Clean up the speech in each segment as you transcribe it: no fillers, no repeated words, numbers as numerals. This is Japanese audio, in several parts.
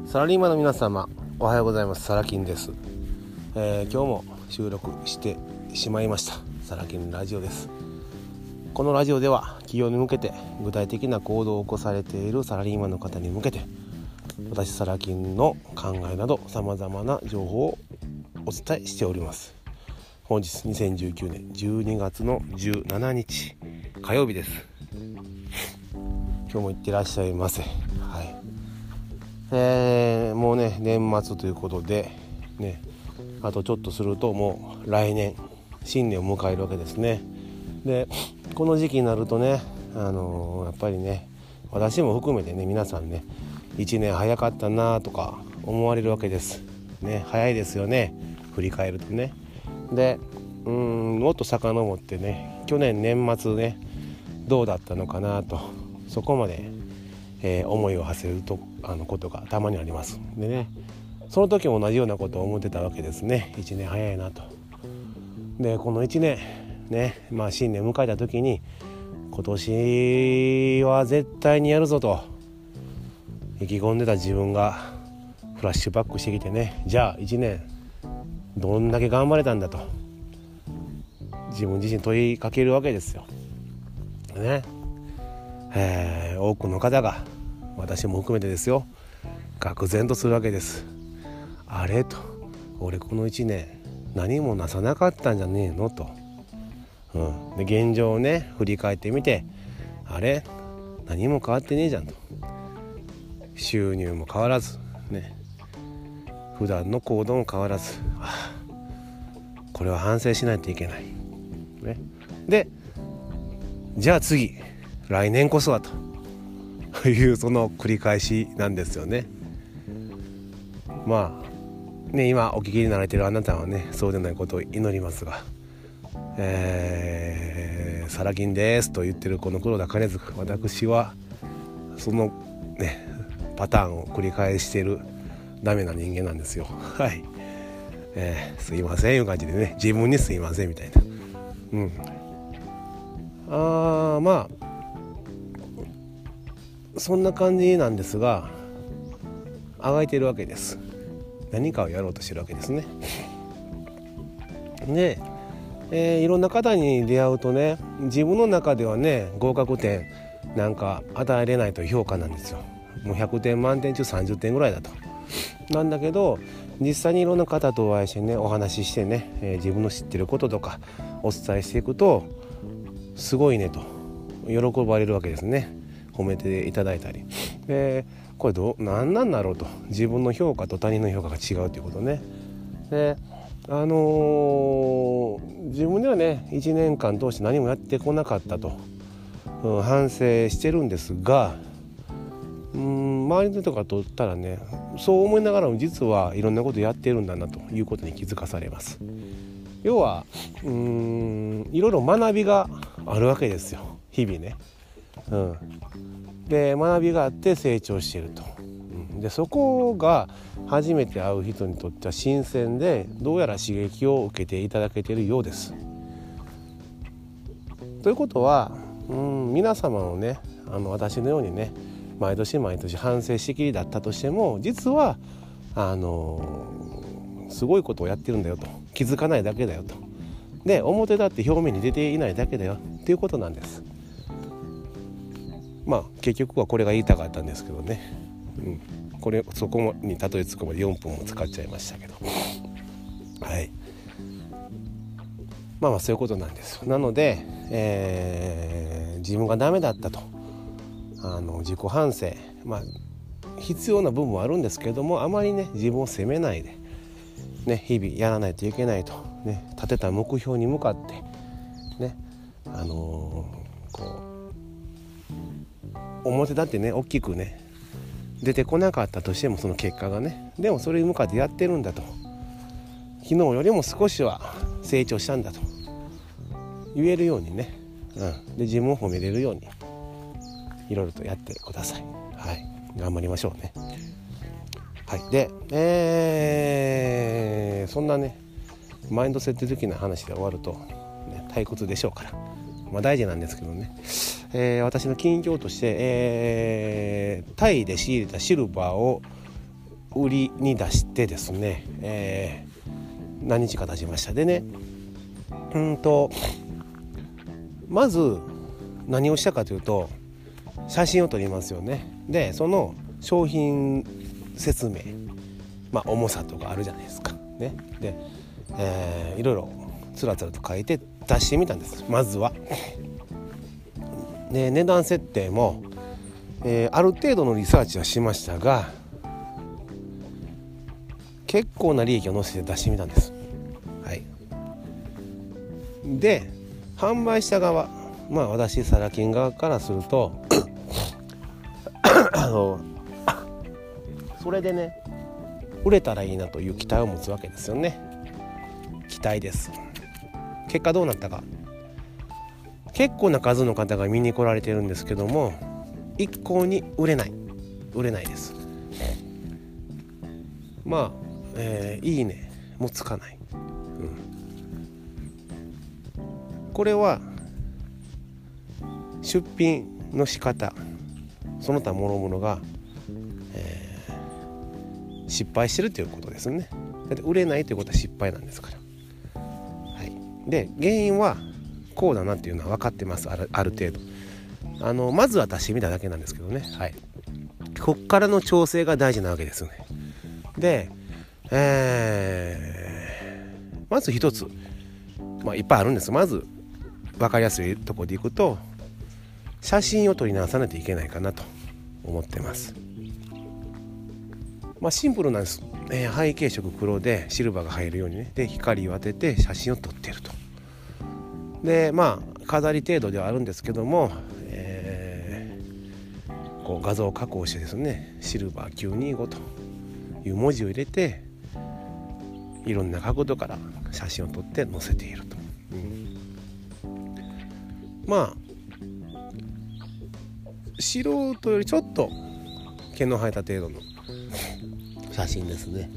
サラリーマンの皆様、おはようございます。サラキンです。今日も収録してしまいました。サラキンラジオです。このラジオでは企業に向けて具体的な行動を起こされているサラリーマンの方に向けて、私サラキンの考えなど様々な情報をお伝えしております。本日2019年12月の17日火曜日です。今日も行ってらっしゃいませ。もうね年末ということでね、あとちょっとするともう来年新年を迎えるわけですね。でこの時期になるとね、やっぱりね、私も含めてね、皆さんね、1年早かったなとか思われるわけですね。早いですよね、振り返るとね。でもっと遡ってね、去年年末ねどうだったのかなと、そこまで思いを馳せるとことがたまにあります。でね、その時も同じようなことを思ってたわけですね。1年早いなと。でこの1年ね、新年迎えた時に、今年は絶対にやるぞと意気込んでた自分がフラッシュバックしてきてね、じゃあ1年どんだけ頑張れたんだと自分自身問いかけるわけですよね。多くの方が、私も含めてですよ、愕然とするわけです。あれと、俺この1年何もなさなかったんじゃねえのと、で現状をね振り返ってみて、あれ何も変わってねえじゃんと、収入も変わらずね、普段の行動も変わらず、これは反省しないといけない、ね、でじゃあ次来年こそはというその繰り返しなんですよね。今お聞きになられているあなたはね、そうでないことを祈りますが、サラキンですと言ってるこの黒田兼続、私はそのねパターンを繰り返しているダメな人間なんですよ。すいませんいう感じでね、自分にすいませんみたいな。そんな感じなんですが、あがいているわけです。何かをやろうとしてるわけですね。で、いろんな方に出会うとね、自分の中ではね合格点なんか与えれないという評価なんですよ。もう100点満点中30点ぐらいだと。なんだけど実際にいろんな方とお会いしてね、お話ししてね、自分の知ってることとかお伝えしていくと、すごいねと喜ばれるわけですね。褒めていただいたり、これ何なんだろうと、自分の評価と他人の評価が違うということね。で自分ではね1年間通して何もやってこなかったと、反省してるんですが、周りの人がとったらね、そう思いながらも実はいろんなことやってるんだなということに気づかされます。要はいろいろ学びがあるわけですよ、日々ね。で学びがあって成長していると、でそこが初めて会う人にとっては新鮮で、どうやら刺激を受けていただけているようです。ということは、皆様のね私のようにね毎年毎年反省しきりだったとしても、実はすごいことをやってるんだよと、気づかないだけだよと、で表だって表面に出ていないだけだよっていうことなんです。結局はこれが言いたかったんですけどね、そこにたどり着くまで4分も使っちゃいましたけどそういうことなんです。なので、自分がダメだったと自己反省、必要な部分はあるんですけれども、あまりね自分を責めないでね、日々やらないといけないとね、立てた目標に向かってね、表だってね大きくね出てこなかったとしても、その結果がね、でもそれに向かってやってるんだと、昨日よりも少しは成長したんだと言えるようにね、で自分を褒めれるようにいろいろとやってください。頑張りましょうね。で、そんなねマインドセット的な話で終わると、退屈でしょうから、大事なんですけどね、私の近況として、タイで仕入れたシルバーを売りに出してですね、何日か経ちました。でね、まず何をしたかというと、写真を撮りますよね。でその商品説明、重さとかあるじゃないですかね。で、いろいろつらつらと書いて出してみたんです。まずはで値段設定も、ある程度のリサーチはしましたが、結構な利益を乗せて出してみたんです。はい。で販売した側、私サラ金側からするとそれでね売れたらいいなという期待を持つわけですよね。期待です。結果どうなったか、結構な数の方が見に来られてるんですけども、一向に売れないです。いいねもつかない、これは出品の仕方その他諸々が、失敗してるということですね。だって売れないということは失敗なんですから、はい、で原因はこうだなっていうのは分かってます。ある程度まずは出してみただけなんですけどね、はい、こっからの調整が大事なわけですよね。で、まず一つ、いっぱいあるんです。まず分かりやすいところでいくと、写真を撮り直さないといけないかなと思ってます。シンプルなんです。背景色黒でシルバーが入るようにね、で光を当てて写真を撮っていると。で飾り程度ではあるんですけども、こう画像を加工してですね、シルバー925という文字を入れて、いろんな角度から写真を撮って載せていると、素人よりちょっと毛の生えた程度の写真ですね。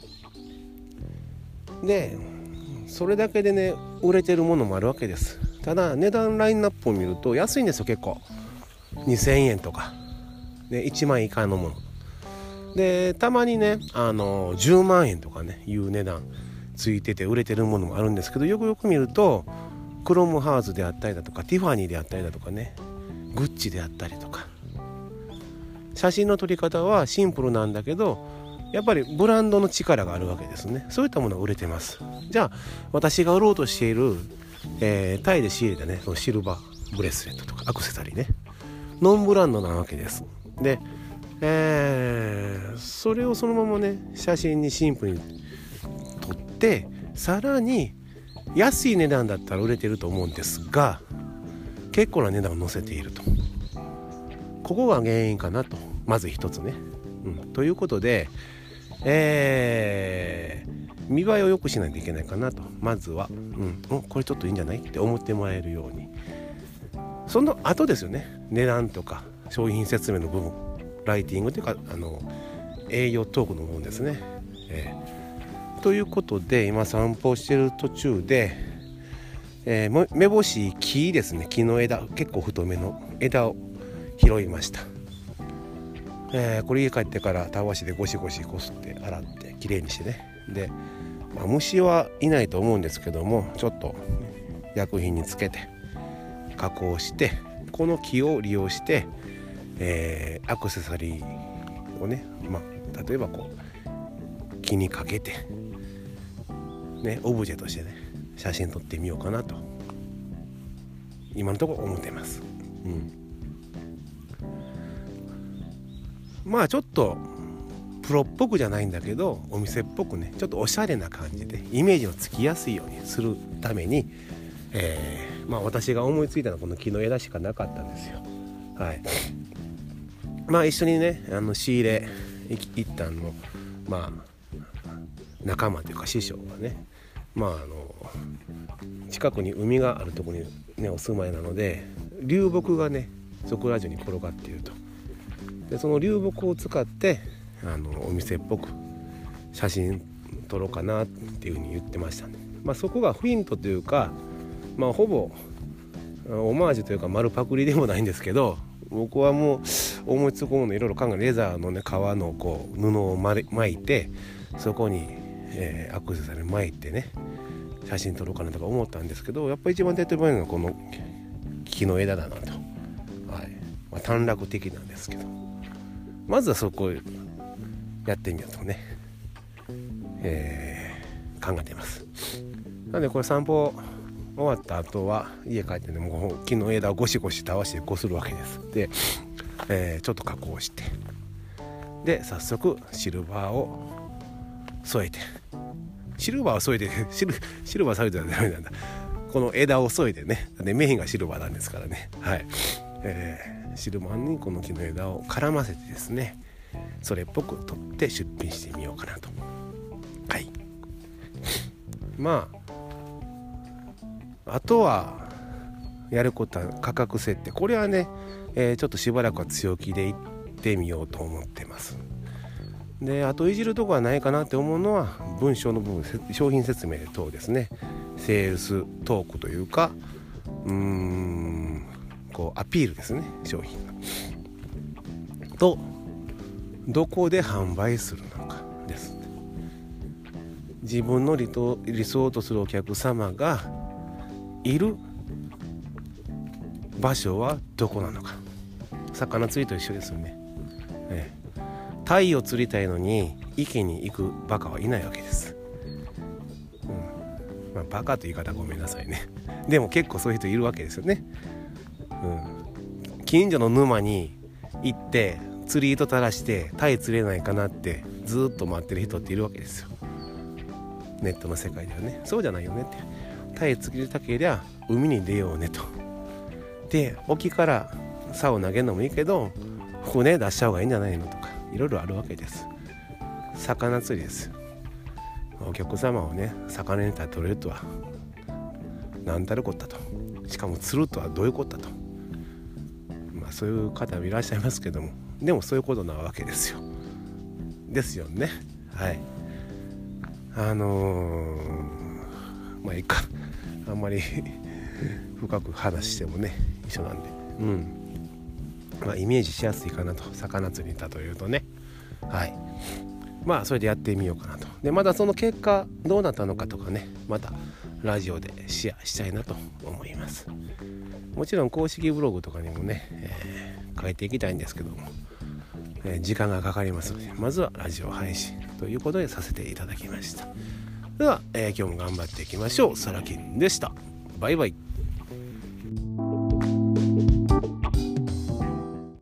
でそれだけでね売れてるものもあるわけです。ただ値段ラインナップを見ると安いんですよ。結構2000円とか、1万円以下のもので、たまにね10万円とかねいう値段ついてて売れてるものもあるんですけど、よくよく見るとクロムハーツであったりだとか、ティファニーであったりだとかね、グッチであったりとか、写真の撮り方はシンプルなんだけど、やっぱりブランドの力があるわけですね。そういったものが売れてます。じゃあ私が売ろうとしている、タイで仕入れたねそのシルバーブレスレットとかアクセサリーね、ノンブランドなわけです。で、それをそのままね写真にシンプルに撮って、さらに安い値段だったら売れてると思うんですが、結構な値段を載せていると。ここが原因かなと、まず一つね、ということで、見栄えを良くしないといけないかなと。まずは、これちょっといいんじゃないって思ってもらえるように。その後ですよね、値段とか商品説明の部分、ライティングというか営業トークの部分ですね。ということで今散歩してる途中で、めぼしい木ですね、木の枝、結構太めの枝を拾いました。これ家帰ってからたわしでゴシゴシこすって洗ってきれいにしてね。で、虫はいないと思うんですけども、ちょっと薬品につけて加工して、この木を利用して、アクセサリーをね、例えばこう木にかけてね、オブジェとしてね写真撮ってみようかなと今のところ思っています。ちょっとプロっぽくじゃないんだけど、お店っぽくね、ちょっとおしゃれな感じでイメージのつきやすいようにするために、私が思いついたのはこの木の枝しかなかったんですよ。はい。一緒にね仕入れ一旦の仲間というか師匠がね、近くに海があるところにねお住まいなので、流木がねそこら中に転がっていると。でその流木を使ってお店っぽく写真撮ろうかなっていう風に言ってましたね。そこがヒントというか、ほぼオマージュというか丸パクリでもないんですけど、僕はもう思いつくものいろいろ考え、レザーのね革のこう布を巻いて、そこに、アクセサリー巻いてね写真撮ろうかなとか思ったんですけど、やっぱり一番手っ取り早いのはこの木の枝だなと、短絡的なんですけど、まずはそこをやってみようとね、考えています。なのでこれ散歩終わった後は家帰ってね、もう木の枝をゴシゴシ倒してこするわけです。で、ちょっと加工して、で早速シルバーを添えて、シルバーを添えてシルバー添えてはダメなんだ、この枝を添えてね、でメインがシルバーなんですからね、シルバーにこの木の枝を絡ませてですね、それっぽく取って出品してみようかなと。あとはやることは価格設定、これはね、ちょっとしばらくは強気でいってみようと思ってます。で、あといじるとこはないかなって思うのは文章の部分、商品説明等ですね。セールストークというか、こうアピールですね、商品とどこで販売するのかです。自分の理想とするお客様がいる場所はどこなのか。魚釣りと一緒ですよね。鯛を釣りたいのに池に行くバカはいないわけです。バカという言い方ごめんなさいね。でも結構そういう人いるわけですよね。近所の沼に行って釣り糸垂らして鯛釣れないかなってずっと待ってる人っているわけですよ。ネットの世界ではね、そうじゃないよねって。鯛釣りたけりゃ海に出ようねと。で、沖から竿を投げるのもいいけど船出した方がいいんじゃないのとか、いろいろあるわけです。魚釣りです。お客様をね、魚に取れるとは何たるこったと、しかも釣るとはどういうこったと、そういう方もいらっしゃいますけども、でもそういうことなわけですよ。ですよね。いいか、あんまり深く話してもね一緒なんで、イメージしやすいかなと。魚釣りに例えるとね、それでやってみようかなと。で、まだその結果どうなったのかとかね、またラジオでシェアしたいなと思います。もちろん公式ブログとかにもね、書いていきたいんですけども、時間がかかりますので、まずはラジオ配信ということでさせていただきました。では、今日も頑張っていきましょう。サラキンでした。バイバイ。